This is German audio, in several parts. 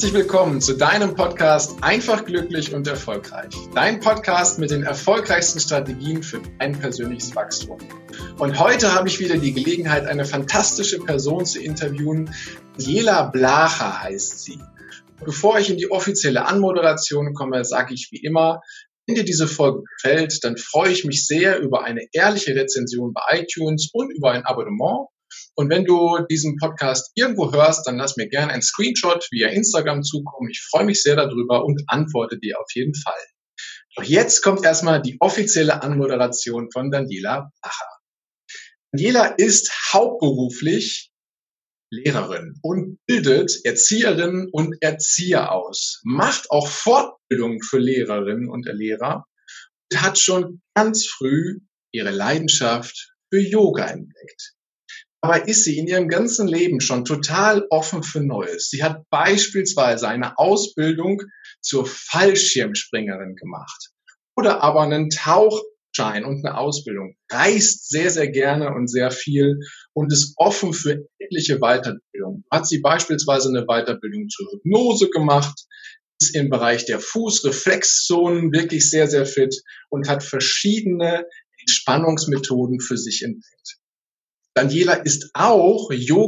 Herzlich willkommen zu deinem Podcast Einfach glücklich und erfolgreich. Dein Podcast mit den erfolgreichsten Strategien für dein persönliches Wachstum. Und heute habe ich wieder die Gelegenheit, eine fantastische Person zu interviewen. Daniela Blacher heißt sie. Bevor ich in die offizielle Anmoderation komme, sage ich wie immer, wenn dir diese Folge gefällt, dann freue ich mich sehr über eine ehrliche Rezension bei iTunes und über ein Abonnement. Und wenn du diesen Podcast irgendwo hörst, dann lass mir gerne einen Screenshot via Instagram zukommen. Ich freue mich sehr darüber und antworte dir auf jeden Fall. Doch jetzt kommt erstmal die offizielle Anmoderation von Daniela Blacher. Daniela ist hauptberuflich Lehrerin und bildet Erzieherinnen und Erzieher aus, macht auch Fortbildungen für Lehrerinnen und Lehrer und hat schon ganz früh ihre Leidenschaft für Yoga entdeckt. Dabei ist sie in ihrem ganzen Leben schon total offen für Neues. Sie hat beispielsweise eine Ausbildung zur Fallschirmspringerin gemacht oder aber einen Tauchschein und eine Ausbildung, reist sehr, sehr gerne und sehr viel und ist offen für etliche Weiterbildungen. Hat sie beispielsweise eine Weiterbildung zur Hypnose gemacht, ist im Bereich der Fußreflexzonen wirklich sehr, sehr fit und hat verschiedene Entspannungsmethoden für sich entdeckt. Daniela ist auch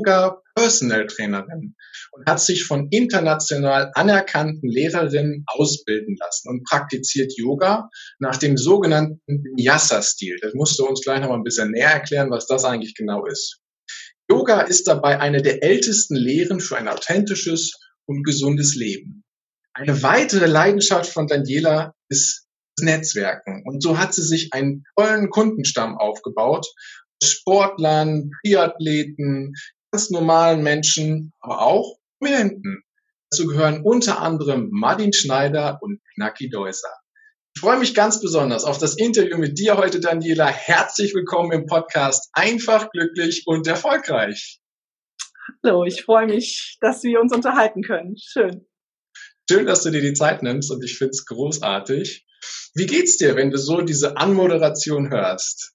Yoga-Personal-Trainerin und hat sich von international anerkannten Lehrerinnen ausbilden lassen und praktiziert Yoga nach dem sogenannten Vinyasa-Stil. Das musst du uns gleich noch mal ein bisschen näher erklären, was das eigentlich genau ist. Yoga ist dabei eine der ältesten Lehren für ein authentisches und gesundes Leben. Eine weitere Leidenschaft von Daniela ist das Netzwerken. Und so hat sie sich einen tollen Kundenstamm aufgebaut, Sportlern, Triathleten, ganz normalen Menschen, aber auch Prominenten. Dazu gehören unter anderem Martin Schneider und Knacki Deuser. Ich freue mich ganz besonders auf das Interview mit dir heute, Daniela. Herzlich willkommen im Podcast Einfach, glücklich und erfolgreich. Hallo, ich freue mich, dass wir uns unterhalten können. Schön. Schön, dass du dir die Zeit nimmst und ich finde es großartig. Wie geht's dir, wenn du so diese Anmoderation hörst?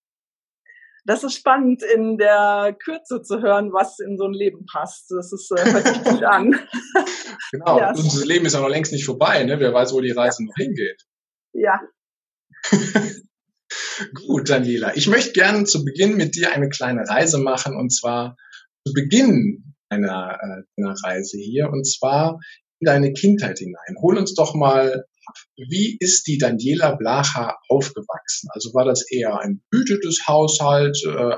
Das ist spannend, in der Kürze zu hören, was in so ein Leben passt. Das ist, hört sich gut an. Genau, ja. Unser Leben ist ja noch längst nicht vorbei, ne? Wer weiß, wo die Reise noch hingeht. Ja. Gut, Daniela. Ich möchte gerne zu Beginn mit dir eine kleine Reise machen, und zwar zu Beginn einer Reise hier, und zwar in deine Kindheit hinein. Hol uns doch mal ab. Wie ist die Daniela Blacher aufgewachsen? Also war das eher ein behüteter Haushalt oder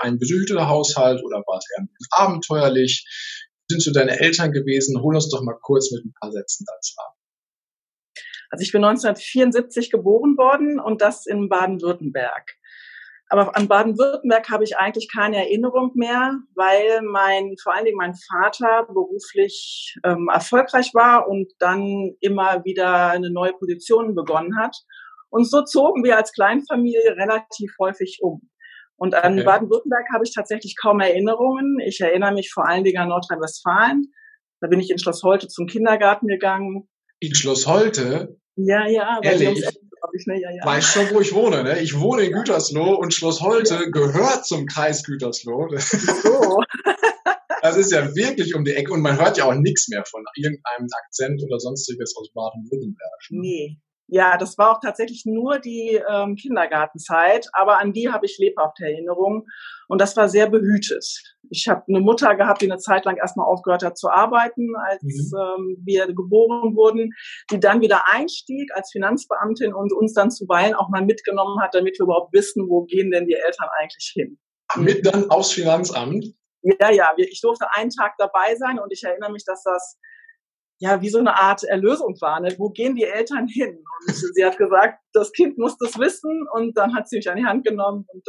war es eher ein bisschen abenteuerlich? Sind so deine Eltern gewesen? Hol uns doch mal kurz mit ein paar Sätzen dazu ab. Also ich bin 1974 geboren worden und das in Baden-Württemberg. Aber an Baden-Württemberg habe ich eigentlich keine Erinnerung mehr, weil vor allen Dingen mein Vater beruflich erfolgreich war und dann immer wieder eine neue Position begonnen hat. Und so zogen wir als Kleinfamilie relativ häufig um. Und an Baden-Württemberg habe ich tatsächlich kaum Erinnerungen. Ich erinnere mich vor allen Dingen an Nordrhein-Westfalen. Da bin ich in Schloss Holte zum Kindergarten gegangen. In Schloss Holte? Ja. Ehrlich? Ja. Weißt schon, wo ich wohne, ne? Ich wohne in Gütersloh und Schloss Holte gehört zum Kreis Gütersloh. So. Das ist ja wirklich um die Ecke und man hört ja auch nichts mehr von irgendeinem Akzent oder sonstiges aus Baden-Württemberg. Nee. Ja, das war auch tatsächlich nur die Kindergartenzeit, aber an die habe ich lebhafte Erinnerungen und das war sehr behütet. Ich habe eine Mutter gehabt, die eine Zeit lang erstmal aufgehört hat zu arbeiten, als wir geboren wurden, die dann wieder einstieg als Finanzbeamtin und uns dann zuweilen auch mal mitgenommen hat, damit wir überhaupt wissen, wo gehen denn die Eltern eigentlich hin. Mit dann aufs Finanzamt? Ja, ich durfte einen Tag dabei sein und ich erinnere mich, dass das ja wie so eine Art Erlösung war. Ne? Wo gehen die Eltern hin? Und sie hat gesagt, das Kind muss das wissen und dann hat sie mich an die Hand genommen und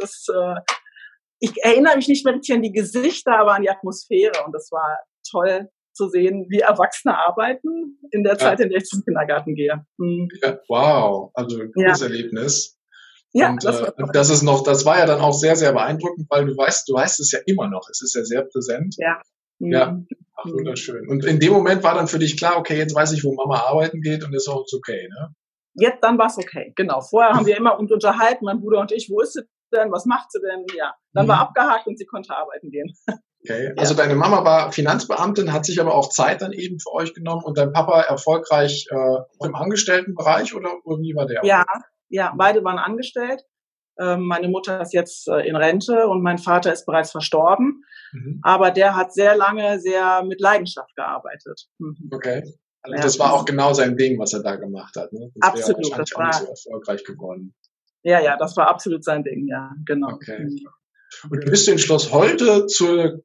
ich erinnere mich nicht mehr richtig an die Gesichter, aber an die Atmosphäre und das war toll zu sehen, wie Erwachsene arbeiten in der Zeit, in der ich zum Kindergarten gehe. Ja, wow, also ein cooles Erlebnis. Ja, und das war ja dann auch sehr, sehr beeindruckend, weil du weißt es ja immer noch. Es ist ja sehr präsent. Ja. Ja, ach, wunderschön. Und in dem Moment war dann für dich klar, okay, jetzt weiß ich, wo Mama arbeiten geht und ist auch okay, ne? Jetzt, dann war es okay, genau. Vorher haben wir immer uns unterhalten, mein Bruder und ich, wo ist sie denn, was macht sie denn? Ja, dann war abgehakt und sie konnte arbeiten gehen. Okay. Also deine Mama war Finanzbeamtin, hat sich aber auch Zeit dann eben für euch genommen und dein Papa erfolgreich im Angestelltenbereich oder wie war der? Ja, beide waren angestellt. Meine Mutter ist jetzt in Rente und mein Vater ist bereits verstorben. Aber der hat sehr lange sehr mit Leidenschaft gearbeitet. Okay. Also das war auch genau sein Ding, was er da gemacht hat. Ne? Das absolut. wäre wahrscheinlich auch nicht so erfolgreich geworden. Ja, das war absolut sein Ding, ja, genau. Okay. Und dann bist du in Schloss Holte zur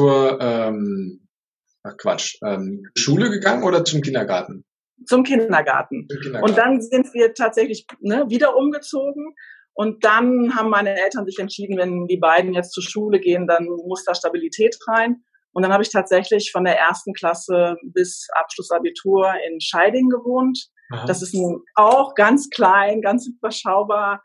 Schule gegangen oder zum Kindergarten? Zum Kindergarten. Und dann sind wir tatsächlich wieder umgezogen. Und dann haben meine Eltern sich entschieden, wenn die beiden jetzt zur Schule gehen, dann muss da Stabilität rein. Und dann habe ich tatsächlich von der 1. Klasse bis Abschlussabitur in Scheiding gewohnt. Aha. Das ist auch ganz klein, ganz überschaubar,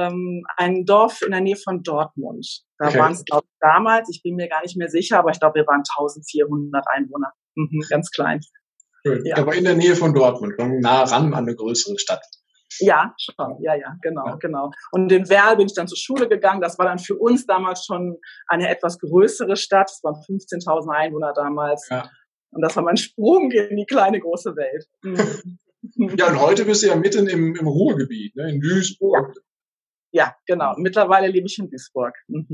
ein Dorf in der Nähe von Dortmund. Da waren es, glaube ich, damals, ich bin mir gar nicht mehr sicher, aber ich glaube, wir waren 1400 Einwohner. Ganz klein. Schön. Ja. Aber in der Nähe von Dortmund, nah ran an eine größere Stadt. Ja, schon. Ja, genau. Und in Werl bin ich dann zur Schule gegangen. Das war dann für uns damals schon eine etwas größere Stadt. Es waren 15.000 Einwohner damals. Ja. Und das war mein Sprung in die kleine, große Welt. Ja, und heute bist du ja mitten im Ruhrgebiet, ne? In Duisburg. Ja, genau. Mittlerweile lebe ich in Duisburg.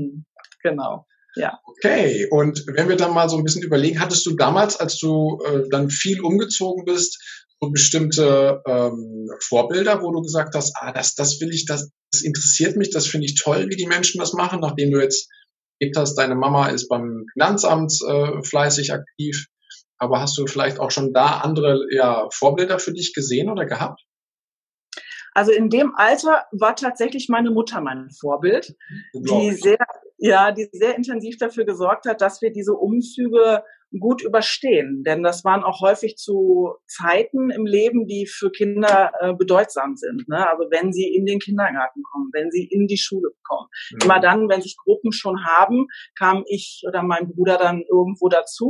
Genau. Ja. Okay, und wenn wir dann mal so ein bisschen überlegen, hattest du damals, als du dann viel umgezogen bist, so bestimmte Vorbilder, wo du gesagt hast, das will ich, das interessiert mich, das finde ich toll, wie die Menschen das machen, nachdem du jetzt erlebt hast, deine Mama ist beim Finanzamt fleißig aktiv, aber hast du vielleicht auch schon da andere Vorbilder für dich gesehen oder gehabt? Also in dem Alter war tatsächlich meine Mutter mein Vorbild, die sehr intensiv dafür gesorgt hat, dass wir diese Umzüge gut überstehen. Denn das waren auch häufig zu Zeiten im Leben, die für Kinder bedeutsam sind. Ne? Also wenn sie in den Kindergarten kommen, wenn sie in die Schule kommen. Immer dann, wenn sich Gruppen schon haben, kam ich oder mein Bruder dann irgendwo dazu.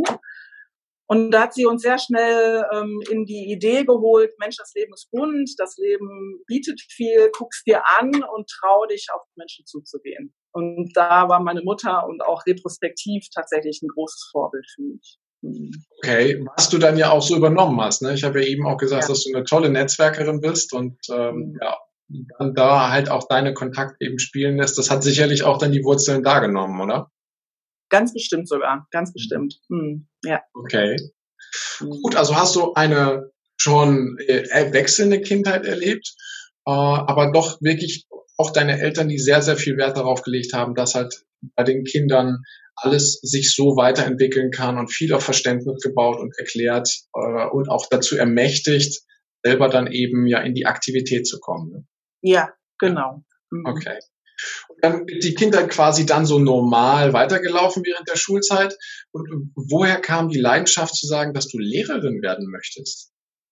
Und da hat sie uns sehr schnell in die Idee geholt, Mensch, das Leben ist bunt, das Leben bietet viel, guck's dir an und trau dich, auf Menschen zuzugehen. Und da war meine Mutter und auch retrospektiv tatsächlich ein großes Vorbild für mich. Okay, was du dann ja auch so übernommen hast. Ne? Ich habe ja eben auch gesagt, dass du eine tolle Netzwerkerin bist und dann da halt auch deine Kontakte eben spielen lässt. Das hat sicherlich auch dann die Wurzeln da genommen, oder? Ganz bestimmt sogar, ganz bestimmt. Ja. Okay. Gut, also hast du eine schon wechselnde Kindheit erlebt, aber doch wirklich auch deine Eltern, die sehr, sehr viel Wert darauf gelegt haben, dass halt bei den Kindern alles sich so weiterentwickeln kann und viel auf Verständnis gebaut und erklärt und auch dazu ermächtigt, selber dann eben in die Aktivität zu kommen. Ne? Ja, genau. Okay. Und dann ist die Kindheit quasi dann so normal weitergelaufen während der Schulzeit. Und woher kam die Leidenschaft zu sagen, dass du Lehrerin werden möchtest?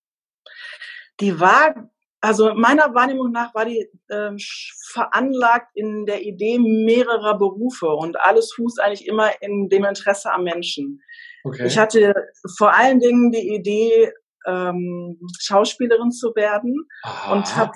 Die war, also meiner Wahrnehmung nach war die veranlagt in der Idee mehrerer Berufe und alles fußt eigentlich immer in dem Interesse am Menschen. Okay. Ich hatte vor allen Dingen die Idee, Schauspielerin zu werden. Aha. Und habe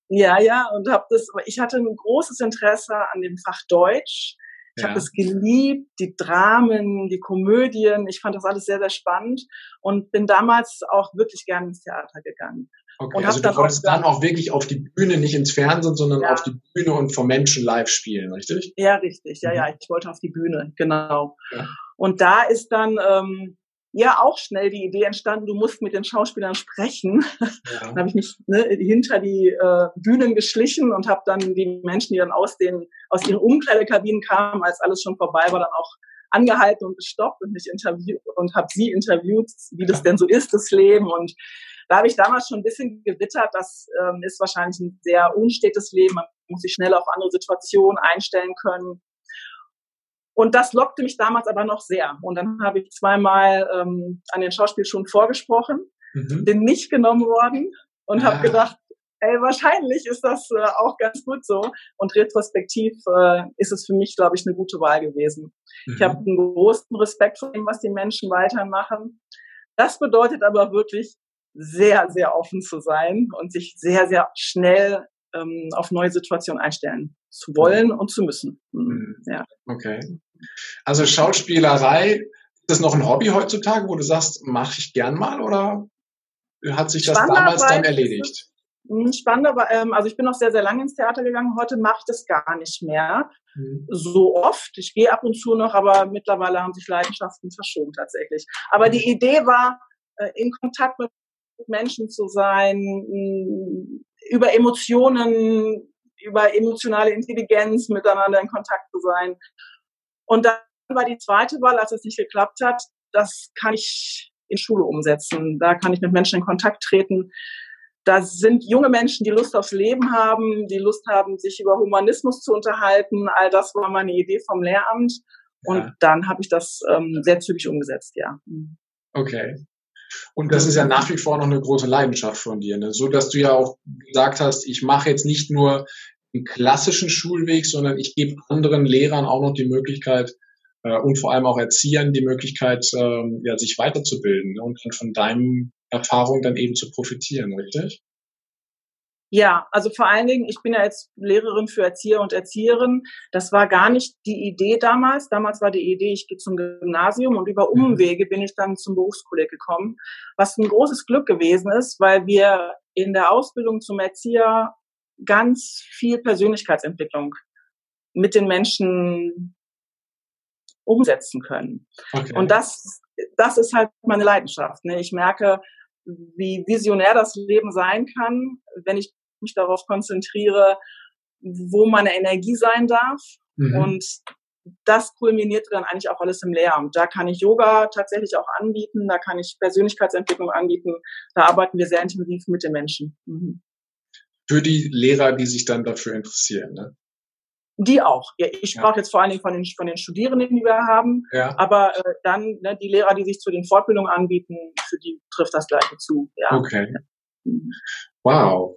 ich hatte ein großes Interesse an dem Fach Deutsch. Ich habe es geliebt, die Dramen, die Komödien. Ich fand das alles sehr, sehr spannend und bin damals auch wirklich gerne ins Theater gegangen. Okay, und also du wolltest dann auch wirklich auf die Bühne, nicht ins Fernsehen, sondern auf die Bühne und vor Menschen live spielen, richtig? Ja, richtig. Ja, ich wollte auf die Bühne, genau. Ja. Und da ist dann auch schnell die Idee entstanden, du musst mit den Schauspielern sprechen. Ja. Dann habe ich mich hinter die Bühnen geschlichen und habe dann die Menschen, die dann aus ihren Umkleidekabinen kamen, als alles schon vorbei war, dann auch angehalten und gestoppt und mich interviewt und habe sie interviewt, wie das denn so ist, das Leben. Und da habe ich damals schon ein bisschen gewittert, das ist wahrscheinlich ein sehr unstetes Leben, man muss sich schnell auf andere Situationen einstellen können. Und das lockte mich damals aber noch sehr. Und dann habe ich zweimal an den Schauspielschulen vorgesprochen, bin nicht genommen worden und habe gedacht, wahrscheinlich ist das auch ganz gut so. Und retrospektiv ist es für mich, glaube ich, eine gute Wahl gewesen. Ich habe einen großen Respekt vor dem, was die Menschen weitermachen. Das bedeutet aber wirklich, sehr, sehr offen zu sein und sich sehr, sehr schnell auf neue Situationen einstellen zu wollen und zu müssen. Ja. Okay. Also Schauspielerei, ist das noch ein Hobby heutzutage, wo du sagst, mache ich gern mal oder hat sich das damals dann erledigt? Spannend, aber also ich bin noch sehr, sehr lange ins Theater gegangen. Heute mache ich das gar nicht mehr Mhm. so oft. Ich gehe ab und zu noch, aber mittlerweile haben sich Leidenschaften verschoben tatsächlich. Aber die Idee war, in Kontakt mit Menschen zu sein, über Emotionen, über emotionale Intelligenz miteinander in Kontakt zu sein. Und dann war die zweite Wahl, als es nicht geklappt hat, das kann ich in Schule umsetzen. Da kann ich mit Menschen in Kontakt treten. Da sind junge Menschen, die Lust aufs Leben haben, die Lust haben, sich über Humanismus zu unterhalten. All das war meine Idee vom Lehramt. Und dann habe ich das sehr zügig umgesetzt, ja. Okay. Und das ist ja nach wie vor noch eine große Leidenschaft von dir, ne? So, dass du ja auch gesagt hast, ich mache jetzt nicht nur einen klassischen Schulweg, sondern ich gebe anderen Lehrern auch noch die Möglichkeit und vor allem auch Erziehern die Möglichkeit, ja, sich weiterzubilden, ne? Und dann von deinen Erfahrungen dann eben zu profitieren, richtig? Ja, also vor allen Dingen, ich bin ja jetzt Lehrerin für Erzieher und Erzieherinnen. Das war gar nicht die Idee damals. Damals war die Idee, ich gehe zum Gymnasium und über Umwege bin ich dann zum Berufskolleg gekommen, was ein großes Glück gewesen ist, weil wir in der Ausbildung zum Erzieher ganz viel Persönlichkeitsentwicklung mit den Menschen umsetzen können. Okay. Und das ist halt meine Leidenschaft, ne? Ich merke, wie visionär das Leben sein kann, wenn ich mich darauf konzentriere, wo meine Energie sein darf. Und das kulminiert dann eigentlich auch alles im Lehramt. Da kann ich Yoga tatsächlich auch anbieten, da kann ich Persönlichkeitsentwicklung anbieten. Da arbeiten wir sehr intensiv mit den Menschen. Für die Lehrer, die sich dann dafür interessieren, ne? Die auch. Ja, ich sprach jetzt vor allen Dingen von den Studierenden, die wir haben. Ja. Aber dann die Lehrer, die sich zu den Fortbildungen anbieten, für die trifft das Gleiche zu. Ja. Okay. Wow.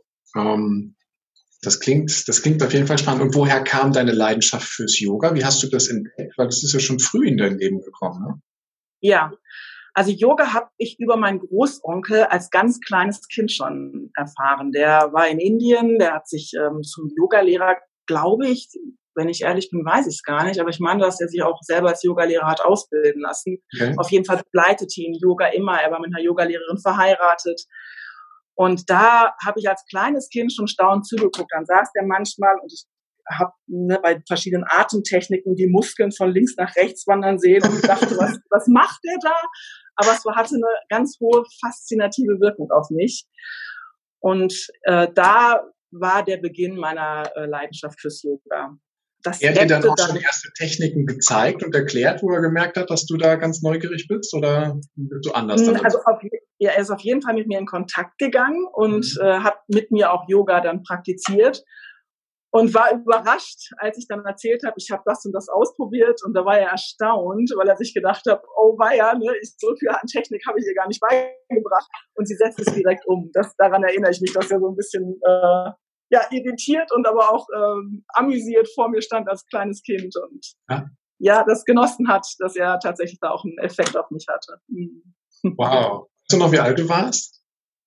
Das klingt auf jeden Fall spannend. Und woher kam deine Leidenschaft fürs Yoga? Wie hast du das entdeckt? Weil das ist ja schon früh in dein Leben gekommen, ne? Ja. Also Yoga habe ich über meinen Großonkel als ganz kleines Kind schon erfahren. Der war in Indien, der hat sich zum Yogalehrer, glaube ich, wenn ich ehrlich bin, weiß ich es gar nicht, aber ich meine, dass er sich auch selber als Yogalehrer hat ausbilden lassen. Okay. Auf jeden Fall begleitete ihn Yoga immer. Er war mit einer Yogalehrerin verheiratet. Und da habe ich als kleines Kind schon staunend zugeguckt. Dann saß der manchmal und ich habe bei verschiedenen Atemtechniken die Muskeln von links nach rechts wandern sehen und dachte, was macht der da? Aber es hatte eine ganz hohe faszinative Wirkung auf mich. Und da war der Beginn meiner Leidenschaft fürs Yoga. Er hat dir dann auch schon erste Techniken gezeigt und erklärt, wo er gemerkt hat, dass du da ganz neugierig bist, oder bist du anders damit? Also er ist auf jeden Fall mit mir in Kontakt gegangen und hat mit mir auch Yoga dann praktiziert und war überrascht, als ich dann erzählt habe, ich habe das und das ausprobiert, und da war er erstaunt, weil er sich gedacht hat, oh weia, ne, so viel an Technik habe ich ihr gar nicht beigebracht, und sie setzt es direkt um. Daran erinnere ich mich, dass er so ein bisschen irritiert und aber auch amüsiert vor mir stand als kleines Kind und das genossen hat, dass er tatsächlich da auch einen Effekt auf mich hatte. Wow. Weißt du noch, wie alt du warst?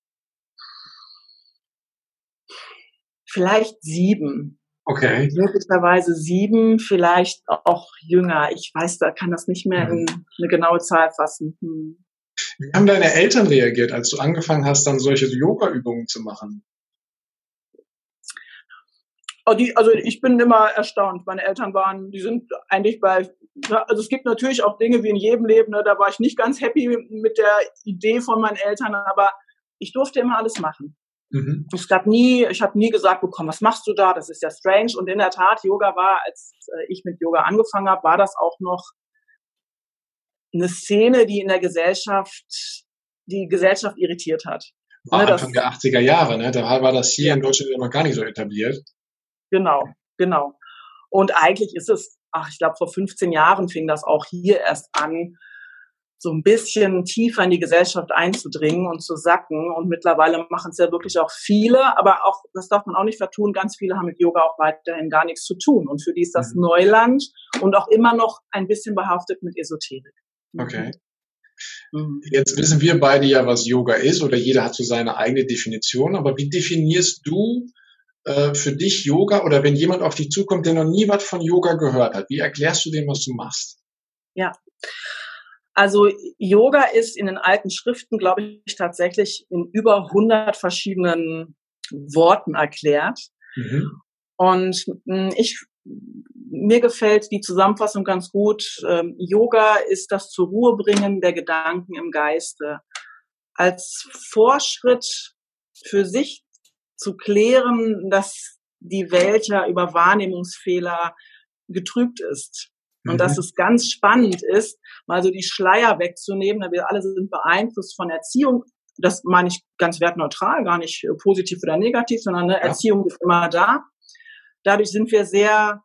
Vielleicht 7. Okay. Möglicherweise 7, vielleicht auch jünger. Ich weiß, da kann das nicht mehr in eine genaue Zahl fassen. Wie haben deine Eltern reagiert, als du angefangen hast, dann solche Yoga-Übungen zu machen? Also ich bin immer erstaunt. Meine Eltern die sind eigentlich also es gibt natürlich auch Dinge wie in jedem Leben, ne, da war ich nicht ganz happy mit der Idee von meinen Eltern, aber ich durfte immer alles machen. Ich habe nie gesagt bekommen, was machst du da? Das ist ja strange. Und in der Tat, Yoga war, als ich mit Yoga angefangen habe, war das auch noch eine Szene, die in der die Gesellschaft irritiert hat. War Anfang der 80er Jahre, ne? Da war das hier in Deutschland noch gar nicht so etabliert. Genau. Und eigentlich ist es, ich glaube, vor 15 Jahren fing das auch hier erst an, so ein bisschen tiefer in die Gesellschaft einzudringen und zu sacken. Und mittlerweile machen es ja wirklich auch viele, aber auch, das darf man auch nicht vertun, ganz viele haben mit Yoga auch weiterhin gar nichts zu tun. Und für die ist das Neuland und auch immer noch ein bisschen behaftet mit Esoterik. Okay. Jetzt wissen wir beide ja, was Yoga ist, oder jeder hat so seine eigene Definition. Aber wie definierst du für dich Yoga oder wenn jemand auf dich zukommt, der noch nie was von Yoga gehört hat? Wie erklärst du dem, was du machst? Ja, also Yoga ist in den alten Schriften, glaube ich, tatsächlich in über 100 verschiedenen Worten erklärt. Mhm. Und mir gefällt die Zusammenfassung ganz gut. Yoga ist das zur Ruhe bringen der Gedanken im Geiste. Als Vorschritt für sich zu klären, dass die Welt ja über Wahrnehmungsfehler getrübt ist. Und dass es ganz spannend ist, mal so die Schleier wegzunehmen. Wir alle sind beeinflusst von Erziehung. Das meine ich ganz wertneutral, gar nicht positiv oder negativ, sondern eine Erziehung ist immer da. Dadurch sind wir sehr,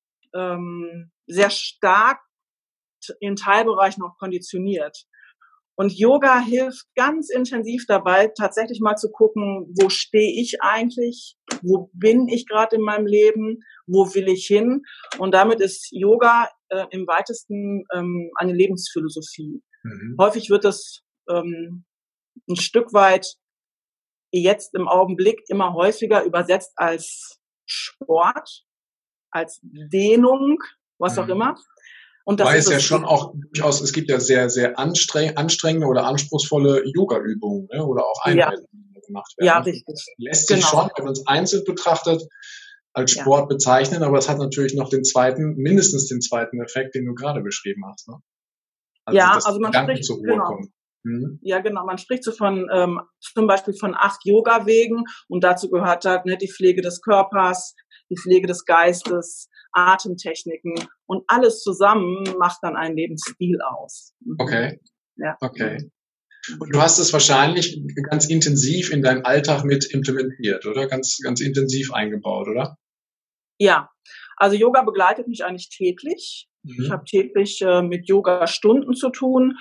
sehr stark in Teilbereichen auch konditioniert. Und Yoga hilft ganz intensiv dabei, tatsächlich mal zu gucken, wo stehe ich eigentlich, wo bin ich gerade in meinem Leben, wo will ich hin? Und damit ist Yoga im weitesten eine Lebensphilosophie. Häufig wird es ein Stück weit jetzt im Augenblick immer häufiger übersetzt als Sport, als Dehnung, was auch immer. Und das ist ja schon auch durchaus, es gibt ja sehr, sehr anstrengende oder anspruchsvolle Yoga-Übungen, ne? Oder auch Einheiten, die gemacht werden. Ja, richtig. Lässt sich schon, wenn man es einzeln betrachtet, als Sport bezeichnen, aber es hat natürlich noch mindestens den zweiten Effekt, den du gerade beschrieben hast. Ne? Also man spricht, Ja, genau. Man spricht so von zum Beispiel von 8 Yoga-Wegen und dazu gehört halt die Pflege des Körpers, die Pflege des Geistes, Atemtechniken und alles zusammen macht dann einen Lebensstil aus. Okay. Ja. Okay. Und du hast es wahrscheinlich ganz intensiv in deinen Alltag mit implementiert, oder? Ganz, ganz intensiv eingebaut, oder? Ja. Also Yoga begleitet mich eigentlich täglich. Ich habe täglich mit Yoga-Stunden zu tun.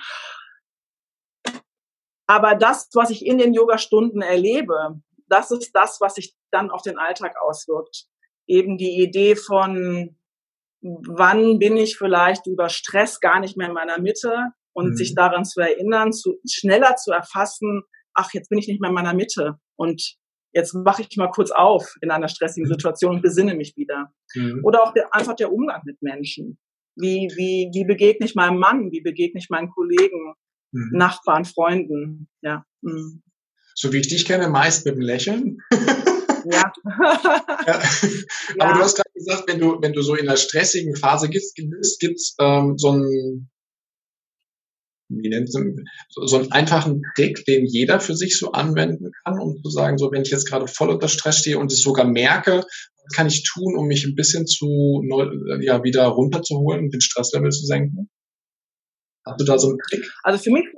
Aber das, was ich in den Yoga-Stunden erlebe, das ist das, was sich dann auf den Alltag auswirkt. Eben die Idee von, wann bin ich vielleicht über Stress gar nicht mehr in meiner Mitte und sich daran zu erinnern, schneller zu erfassen, ach, jetzt bin ich nicht mehr in meiner Mitte und jetzt wache ich mal kurz auf in einer stressigen Situation und besinne mich wieder. Oder auch einfach der Umgang mit Menschen. Wie begegne ich meinem Mann? Wie begegne ich meinen Kollegen, Nachbarn, Freunden? Ja. So wie ich dich kenne, meist mit einem Lächeln. Ja. Aber du hast gerade gesagt, wenn du so in einer stressigen Phase gibt's so einen, so einen einfachen Trick, den jeder für sich so anwenden kann, um zu sagen, so wenn ich jetzt gerade voll unter Stress stehe und ich sogar merke, was kann ich tun, um mich ein bisschen wieder runterzuholen und den Stresslevel zu senken? Hast du da so einen Trick? Also für mich,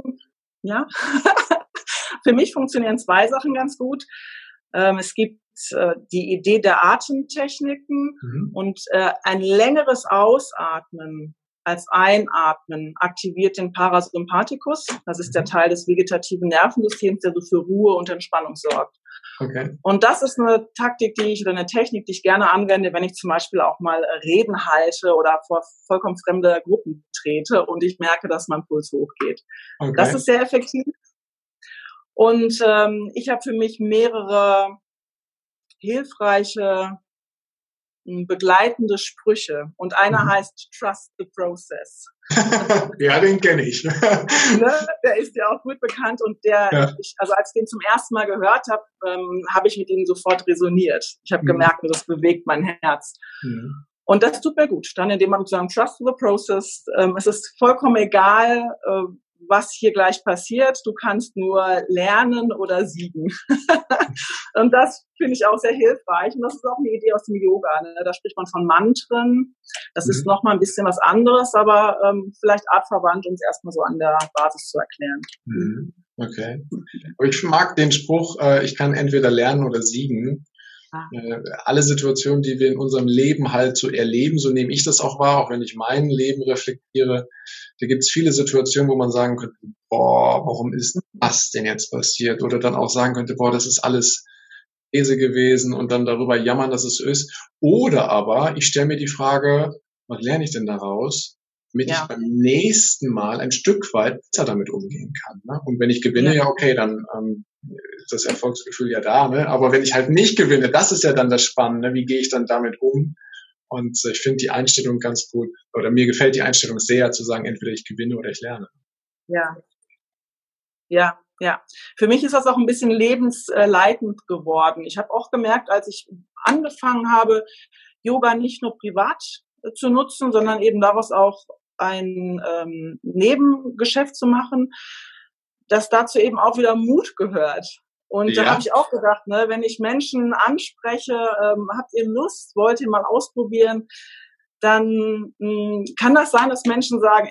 für mich funktionieren 2 Sachen ganz gut. Es gibt die Idee der Atemtechniken und ein längeres Ausatmen als Einatmen aktiviert den Parasympathikus. Das ist der Teil des vegetativen Nervensystems, der so für Ruhe und Entspannung sorgt. Okay. Und das ist eine Taktik, oder eine Technik, die ich gerne anwende, wenn ich zum Beispiel auch mal Reden halte oder vor vollkommen fremde Gruppen trete und ich merke, dass mein Puls hochgeht. Okay. Das ist sehr effektiv. Und ich habe für mich mehrere hilfreiche begleitende Sprüche. Und einer heißt Trust the Process. Ja, den kenne ich. Ne? Der ist ja auch gut bekannt und also als ich den zum ersten Mal gehört habe, habe ich mit ihm sofort resoniert. Ich habe gemerkt, das bewegt mein Herz. Und das tut mir gut. Dann, indem man sagen, Trust the Process, es ist vollkommen egal, was hier gleich passiert. Du kannst nur lernen oder siegen. Und das finde ich auch sehr hilfreich. Und das ist auch eine Idee aus dem Yoga. Ne? Da spricht man von Mantren. Das ist nochmal ein bisschen was anderes, aber vielleicht artverwandt, um es erstmal so an der Basis zu erklären. Okay. Aber ich mag den Spruch, ich kann entweder lernen oder siegen. Alle Situationen, die wir in unserem Leben halt so erleben, so nehme ich das auch wahr, auch wenn ich mein Leben reflektiere, da gibt es viele Situationen, wo man sagen könnte, boah, warum ist das denn jetzt passiert? Oder dann auch sagen könnte, boah, das ist alles Käse gewesen und dann darüber jammern, dass es so ist. Oder aber ich stelle mir die Frage, was lerne ich denn daraus, damit ich beim nächsten Mal ein Stück weit besser damit umgehen kann. Ne? Und wenn ich gewinne, okay, dann ist das Erfolgsgefühl ja da, ne? Aber wenn ich halt nicht gewinne, das ist ja dann das Spannende, wie gehe ich dann damit um? Und ich finde die Einstellung ganz gut, oder mir gefällt die Einstellung sehr, zu sagen, entweder ich gewinne oder ich lerne. Ja, ja, ja. Für mich ist das auch ein bisschen lebensleitend geworden. Ich habe auch gemerkt, als ich angefangen habe, Yoga nicht nur privat zu nutzen, sondern eben daraus auch ein Nebengeschäft zu machen, dass dazu eben auch wieder Mut gehört. Und da habe ich auch gedacht, ne, wenn ich Menschen anspreche, habt ihr Lust, wollt ihr mal ausprobieren, dann kann das sein, dass Menschen sagen,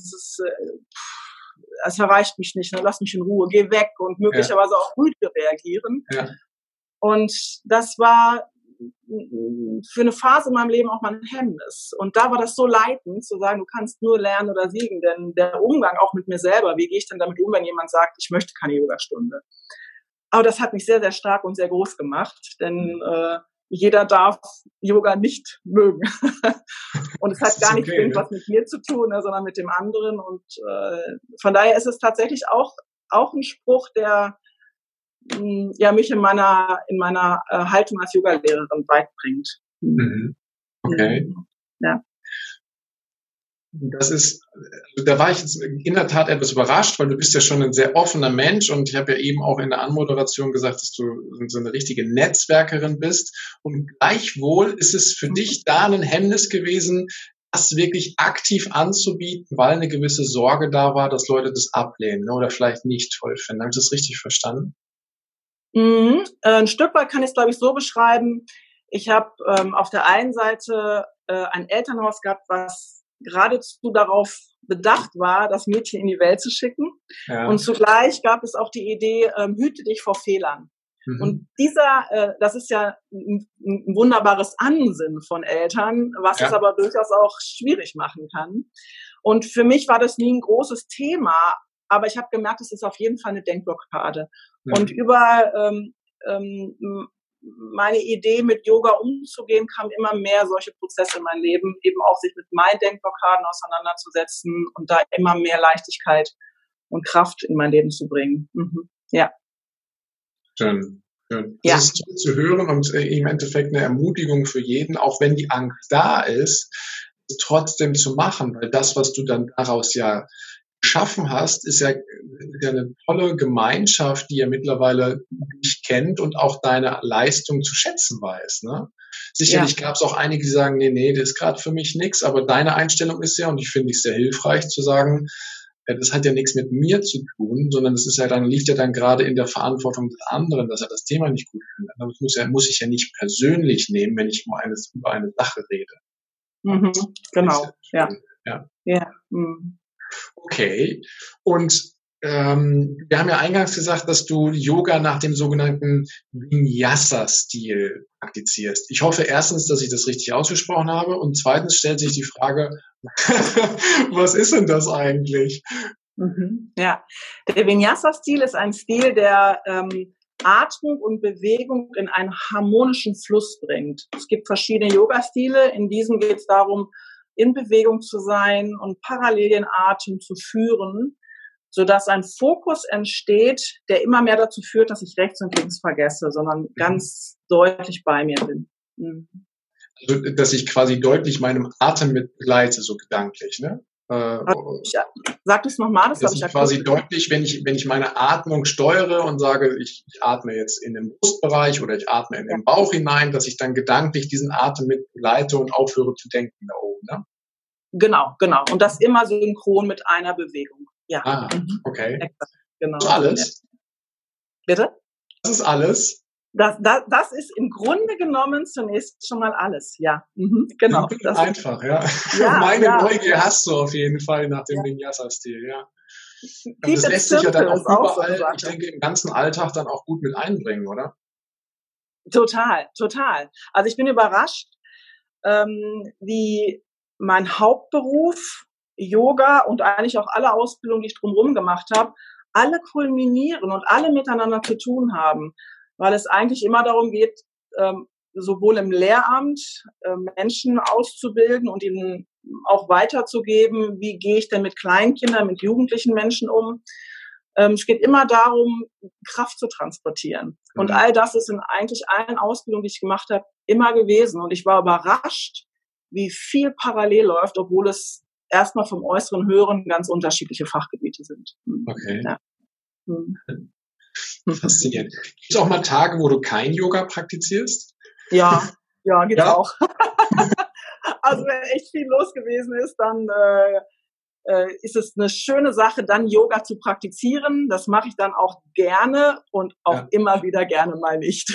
es erreicht mich nicht, ne, lass mich in Ruhe, geh weg und möglicherweise auch rüde reagieren. Ja. Und das war für eine Phase in meinem Leben auch mal ein Hemmnis. Und da war das so leitend, zu sagen, du kannst nur lernen oder siegen, denn der Umgang auch mit mir selber, wie gehe ich denn damit um, wenn jemand sagt, ich möchte keine Yogastunde? Aber das hat mich sehr, sehr stark und sehr groß gemacht, denn jeder darf Yoga nicht mögen. Und es hat gar nichts was mit mir zu tun, sondern mit dem anderen. Und von daher ist es tatsächlich auch ein Spruch, der mich in meiner Haltung als Yogalehrerin weit bringt. Okay. Ja. Das ist, da war ich jetzt in der Tat etwas überrascht, weil du bist ja schon ein sehr offener Mensch und ich habe ja eben auch in der Anmoderation gesagt, dass du so eine richtige Netzwerkerin bist und gleichwohl ist es für dich da ein Hemmnis gewesen, das wirklich aktiv anzubieten, weil eine gewisse Sorge da war, dass Leute das ablehnen oder vielleicht nicht toll finden. Habe ich das richtig verstanden? Ein Stück weit kann ich es, glaube ich, so beschreiben. Ich habe auf der einen Seite ein Elternhaus gehabt, was geradezu darauf bedacht war, das Mädchen in die Welt zu schicken. Ja. Und zugleich gab es auch die Idee, hüte dich vor Fehlern. Und das ist ja ein wunderbares Ansinnen von Eltern, was es aber durchaus auch schwierig machen kann. Und für mich war das nie ein großes Thema, aber ich habe gemerkt, es ist auf jeden Fall eine Denkblockade. Und über meine Idee, mit Yoga umzugehen, kamen immer mehr solche Prozesse in mein Leben, eben auch sich mit meinen Denkblockaden auseinanderzusetzen und da immer mehr Leichtigkeit und Kraft in mein Leben zu bringen. Ja. Schön. Das ist toll zu hören und im Endeffekt eine Ermutigung für jeden, auch wenn die Angst da ist, es trotzdem zu machen, weil das, was du dann daraus ja geschaffen hast, ist ja eine tolle Gemeinschaft, die ja mittlerweile dich kennt und auch deine Leistung zu schätzen weiß. Ne? Sicherlich gab es auch einige, die sagen, nee, das ist gerade für mich nichts, aber deine Einstellung ist ja, und ich finde es sehr hilfreich zu sagen, das hat ja nichts mit mir zu tun, sondern das ist ja dann, liegt ja dann gerade in der Verantwortung des anderen, dass er das Thema nicht gut findet. Das muss ich ja nicht persönlich nehmen, wenn ich über eine Sache rede. Genau, ja. Okay, und wir haben ja eingangs gesagt, dass du Yoga nach dem sogenannten Vinyasa-Stil praktizierst. Ich hoffe erstens, dass ich das richtig ausgesprochen habe und zweitens stellt sich die Frage, was ist denn das eigentlich? Ja, der Vinyasa-Stil ist ein Stil, der Atmung und Bewegung in einen harmonischen Fluss bringt. Es gibt verschiedene Yoga-Stile. In diesem geht es darum, in Bewegung zu sein und parallel den Atem zu führen, sodass ein Fokus entsteht, der immer mehr dazu führt, dass ich rechts und links vergesse, sondern ganz deutlich bei mir bin. Also, dass ich quasi deutlich meinem Atem mit begleite, so gedanklich, ne? Sag das nochmal, das habe ich quasi deutlich, wenn ich meine Atmung steuere und sage, ich atme jetzt in den Brustbereich oder ich atme in den Bauch hinein, dass ich dann gedanklich diesen Atem mit begleite und aufhöre zu denken da oben, ne? Genau. Und das immer synchron mit einer Bewegung. Ja. Okay. Exakt, genau. Das ist alles? Bitte? Das ist alles? Das ist im Grunde genommen zunächst schon mal alles, ja. Genau. Das einfach, ja. Meine Neugier hast du auf jeden Fall nach dem Vinyasa-Stil, ja. Und das lässt sich ja dann auch überall, ich denke, im ganzen Alltag dann auch gut mit einbringen, oder? Total. Also ich bin überrascht, wie mein Hauptberuf, Yoga und eigentlich auch alle Ausbildungen, die ich drumherum gemacht habe, alle kulminieren und alle miteinander zu tun haben. Weil es eigentlich immer darum geht, sowohl im Lehramt Menschen auszubilden und ihnen auch weiterzugeben, wie gehe ich denn mit Kleinkindern, mit jugendlichen Menschen um. Es geht immer darum, Kraft zu transportieren. Und all das ist in eigentlich allen Ausbildungen, die ich gemacht habe, immer gewesen. Und ich war überrascht, wie viel parallel läuft, obwohl es erstmal vom äußeren Hören ganz unterschiedliche Fachgebiete sind. Okay. Ja. Faszinierend. Gibt es auch mal Tage, wo du kein Yoga praktizierst? Ja, gibt's auch. Also wenn echt viel los gewesen ist, dann ist es eine schöne Sache, dann Yoga zu praktizieren. Das mache ich dann auch gerne und auch immer wieder gerne mal nicht.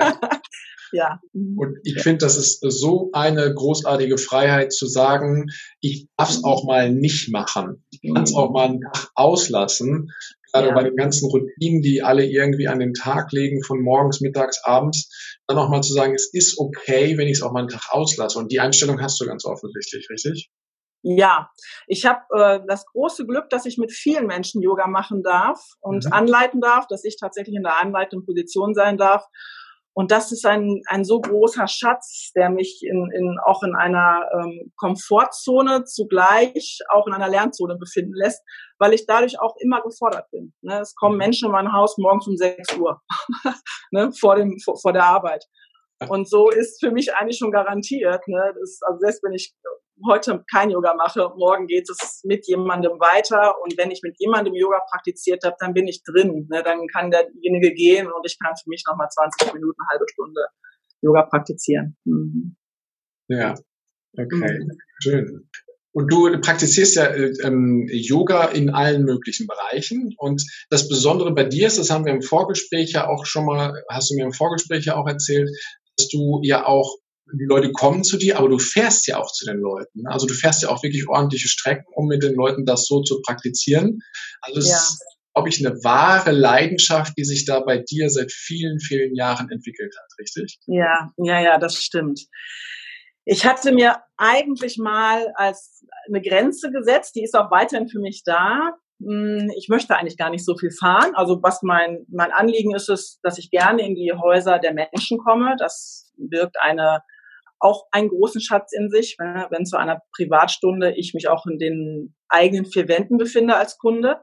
Ja. Und ich finde, das ist so eine großartige Freiheit zu sagen, ich darf es auch mal nicht machen. Ich kann es auch mal einen Tag auslassen. Gerade bei den ganzen Routinen, die alle irgendwie an den Tag legen, von morgens, mittags, abends, dann auch mal zu sagen, es ist okay, wenn ich es auch mal einen Tag auslasse. Und die Einstellung hast du ganz offensichtlich, richtig? Ja, ich habe das große Glück, dass ich mit vielen Menschen Yoga machen darf und anleiten darf, dass ich tatsächlich in der anleitenden Position sein darf. Und das ist ein so großer Schatz, der mich auch in einer Komfortzone zugleich auch in einer Lernzone befinden lässt, weil ich dadurch auch immer gefordert bin. Ne? Es kommen Menschen in mein Haus morgens um 6 Uhr ne? vor der Arbeit. Und so ist für mich eigentlich schon garantiert. Ne? Also selbst wenn ich heute kein Yoga mache, morgen geht es mit jemandem weiter. Und wenn ich mit jemandem Yoga praktiziert habe, dann bin ich drin. Ne? Dann kann derjenige gehen und ich kann für mich nochmal 20 Minuten, eine halbe Stunde Yoga praktizieren. Ja, okay, schön. Und du praktizierst ja Yoga in allen möglichen Bereichen. Und das Besondere bei dir ist, das haben wir im Vorgespräch ja auch schon mal, hast du mir im Vorgespräch ja auch erzählt, dass du ja auch, die Leute kommen zu dir, aber du fährst ja auch zu den Leuten. Also du fährst ja auch wirklich ordentliche Strecken, um mit den Leuten das so zu praktizieren. Also es ist, glaube ich, eine wahre Leidenschaft, die sich da bei dir seit vielen, vielen Jahren entwickelt hat, richtig? Ja, das stimmt. Ich hatte mir eigentlich mal als eine Grenze gesetzt, die ist auch weiterhin für mich da. Ich möchte eigentlich gar nicht so viel fahren. Also was mein Anliegen ist, dass ich gerne in die Häuser der Menschen komme. Das birgt auch einen großen Schatz in sich, wenn zu einer Privatstunde ich mich auch in den eigenen 4 Wänden befinde als Kunde.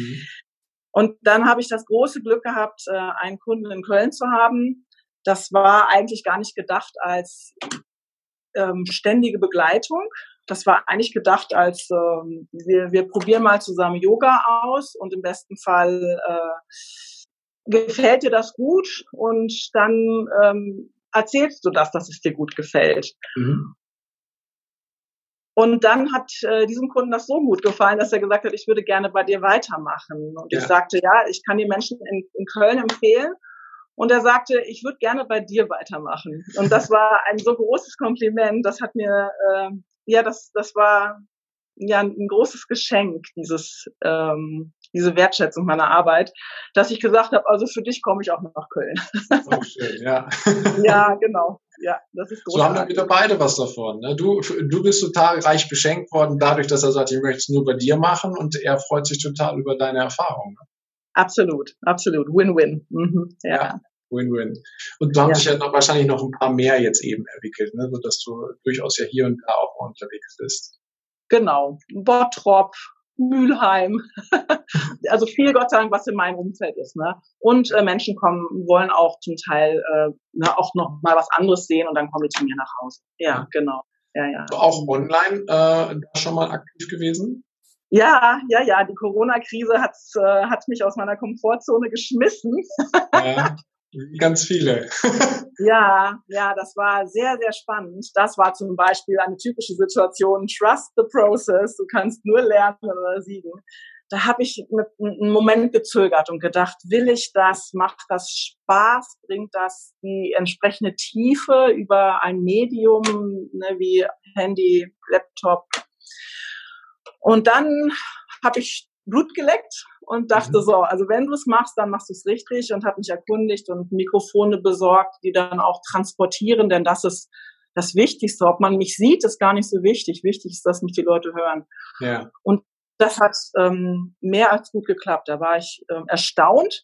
Und dann habe ich das große Glück gehabt, einen Kunden in Köln zu haben. Das war eigentlich gar nicht gedacht als ständige Begleitung. Das war eigentlich gedacht als, wir probieren mal zusammen Yoga aus und im besten Fall gefällt dir das gut und dann erzählst du das, dass es dir gut gefällt. Und dann hat diesem Kunden das so gut gefallen, dass er gesagt hat, ich würde gerne bei dir weitermachen. Und ich sagte, ja, ich kann die Menschen in Köln empfehlen. Und er sagte, ich würde gerne bei dir weitermachen. Und das war ein so großes Kompliment. Das hat mir, das war ja ein großes Geschenk, diese Wertschätzung meiner Arbeit, dass ich gesagt habe, also für dich komme ich auch nach Köln. Auch schön, ja. Ja, genau. Ja, das ist großartig. So haben dann wieder beide was davon. Ne? Du bist total reich beschenkt worden dadurch, dass er sagt, ich möchte es nur bei dir machen und er freut sich total über deine Erfahrung. Absolut. Win-win. Ja. Win-win. Und du hast dich ja wahrscheinlich noch ein paar mehr jetzt eben entwickelt, ne? Sodass du durchaus ja hier und da auch mal unterwegs bist. Genau. Bottrop, Mülheim. Also viel, Gott sei Dank, was in meinem Umfeld ist. Ne? Und Menschen wollen auch zum Teil auch noch mal was anderes sehen und dann kommen die zu mir nach Hause. Ja, genau. Ja. Auch online da schon mal aktiv gewesen? Ja. Die Corona-Krise hat mich aus meiner Komfortzone geschmissen. Ja, ganz viele. Ja, das war sehr, sehr spannend. Das war zum Beispiel eine typische Situation. Trust the process. Du kannst nur lernen oder siegen. Da habe ich einen Moment gezögert und gedacht, will ich das? Macht das Spaß? Bringt das die entsprechende Tiefe über ein Medium, ne, wie Handy, Laptop? Und dann habe ich Blut geleckt und dachte so, also wenn du es machst, dann machst du es richtig und habe mich erkundigt und Mikrofone besorgt, die dann auch transportieren, denn das ist das Wichtigste. Ob man mich sieht, ist gar nicht so wichtig. Wichtig ist, dass mich die Leute hören. Ja. Und das hat mehr als gut geklappt. Da war ich erstaunt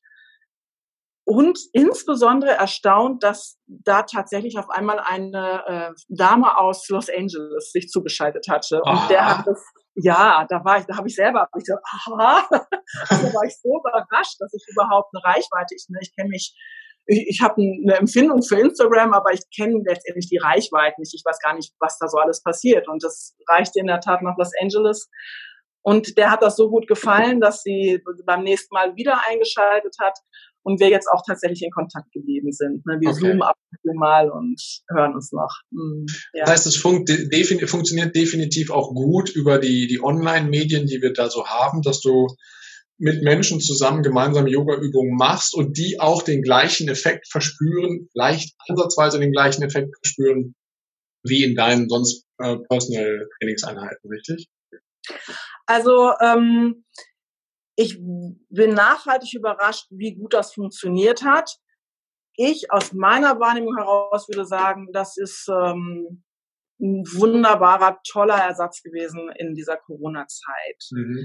und insbesondere erstaunt, dass da tatsächlich auf einmal eine Dame aus Los Angeles sich zugeschaltet hatte. Und der hat das Ja, da habe ich selber, aha, da war ich so überrascht, dass ich überhaupt eine Reichweite, ich kenne mich, ich habe eine Empfindung für Instagram, aber ich kenne letztendlich die Reichweite nicht. Ich weiß gar nicht, was da so alles passiert. Und das reichte in der Tat nach Los Angeles. Und der hat das so gut gefallen, dass sie beim nächsten Mal wieder eingeschaltet hat und wir jetzt auch tatsächlich in Kontakt geblieben sind. Wir zoomen ab und zu mal und hören uns noch. Ja. Das heißt, es funktioniert definitiv auch gut über die Online-Medien, die wir da so haben, dass du mit Menschen zusammen gemeinsam Yoga-Übungen machst und die auch den gleichen Effekt verspüren, vielleicht ansatzweise den gleichen Effekt verspüren, wie in deinen sonst Personal-Trainingseinheiten, richtig? Also ich bin nachhaltig überrascht, wie gut das funktioniert hat. Ich aus meiner Wahrnehmung heraus würde sagen, das ist ein wunderbarer, toller Ersatz gewesen in dieser Corona-Zeit.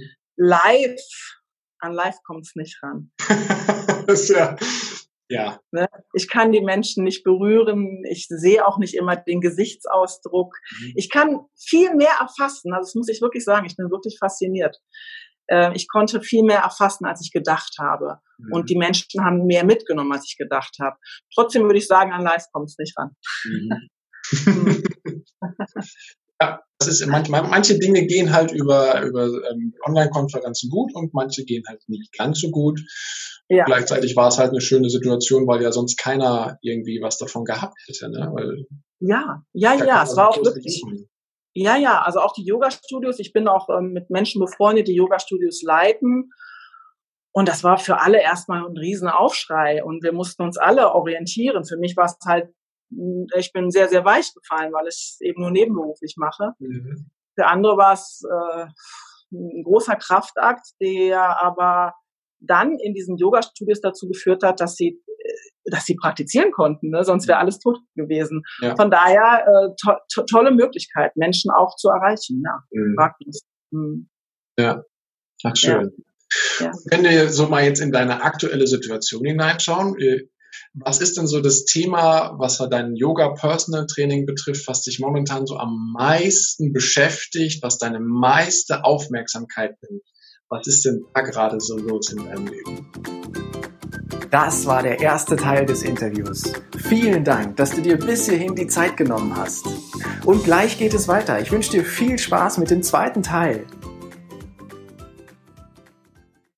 An live kommt es nicht ran. Das ist ja. Ne? Ich kann die Menschen nicht berühren. Ich sehe auch nicht immer den Gesichtsausdruck. Ich kann viel mehr erfassen. Also das muss ich wirklich sagen. Ich bin wirklich fasziniert. Ich konnte viel mehr erfassen, als ich gedacht habe. Und die Menschen haben mehr mitgenommen, als ich gedacht habe. Trotzdem würde ich sagen, an live kommt es nicht ran. Ja, das ist manche Dinge gehen halt über Online-Konferenzen gut und manche gehen halt nicht ganz so gut. Ja. Gleichzeitig war es halt eine schöne Situation, weil ja sonst keiner irgendwie was davon gehabt hätte, ne? Weil es war auch wirklich. Ja, also auch die Yoga-Studios. Ich bin auch mit Menschen befreundet, die Yoga-Studios leiten. Und das war für alle erstmal ein Riesenaufschrei. Und wir mussten uns alle orientieren. Für mich war es halt, ich bin sehr, sehr weich gefallen, weil ich es eben nur nebenberuflich mache. Für andere war es ein großer Kraftakt, der aber dann in diesen Yoga-Studios dazu geführt hat, dass sie praktizieren konnten, ne? Sonst wäre alles tot gewesen. Ja. Von daher tolle Möglichkeit, Menschen auch zu erreichen. Ja, ach schön. Ja. Wenn wir so mal jetzt in deine aktuelle Situation hineinschauen, was ist denn so das Thema, was dein Yoga-Personal-Training betrifft, was dich momentan so am meisten beschäftigt, was deine meiste Aufmerksamkeit nimmt? Was ist denn da gerade so los in deinem Leben? Das war der erste Teil des Interviews. Vielen Dank, dass du dir bis hierhin die Zeit genommen hast. Und gleich geht es weiter. Ich wünsche dir viel Spaß mit dem zweiten Teil.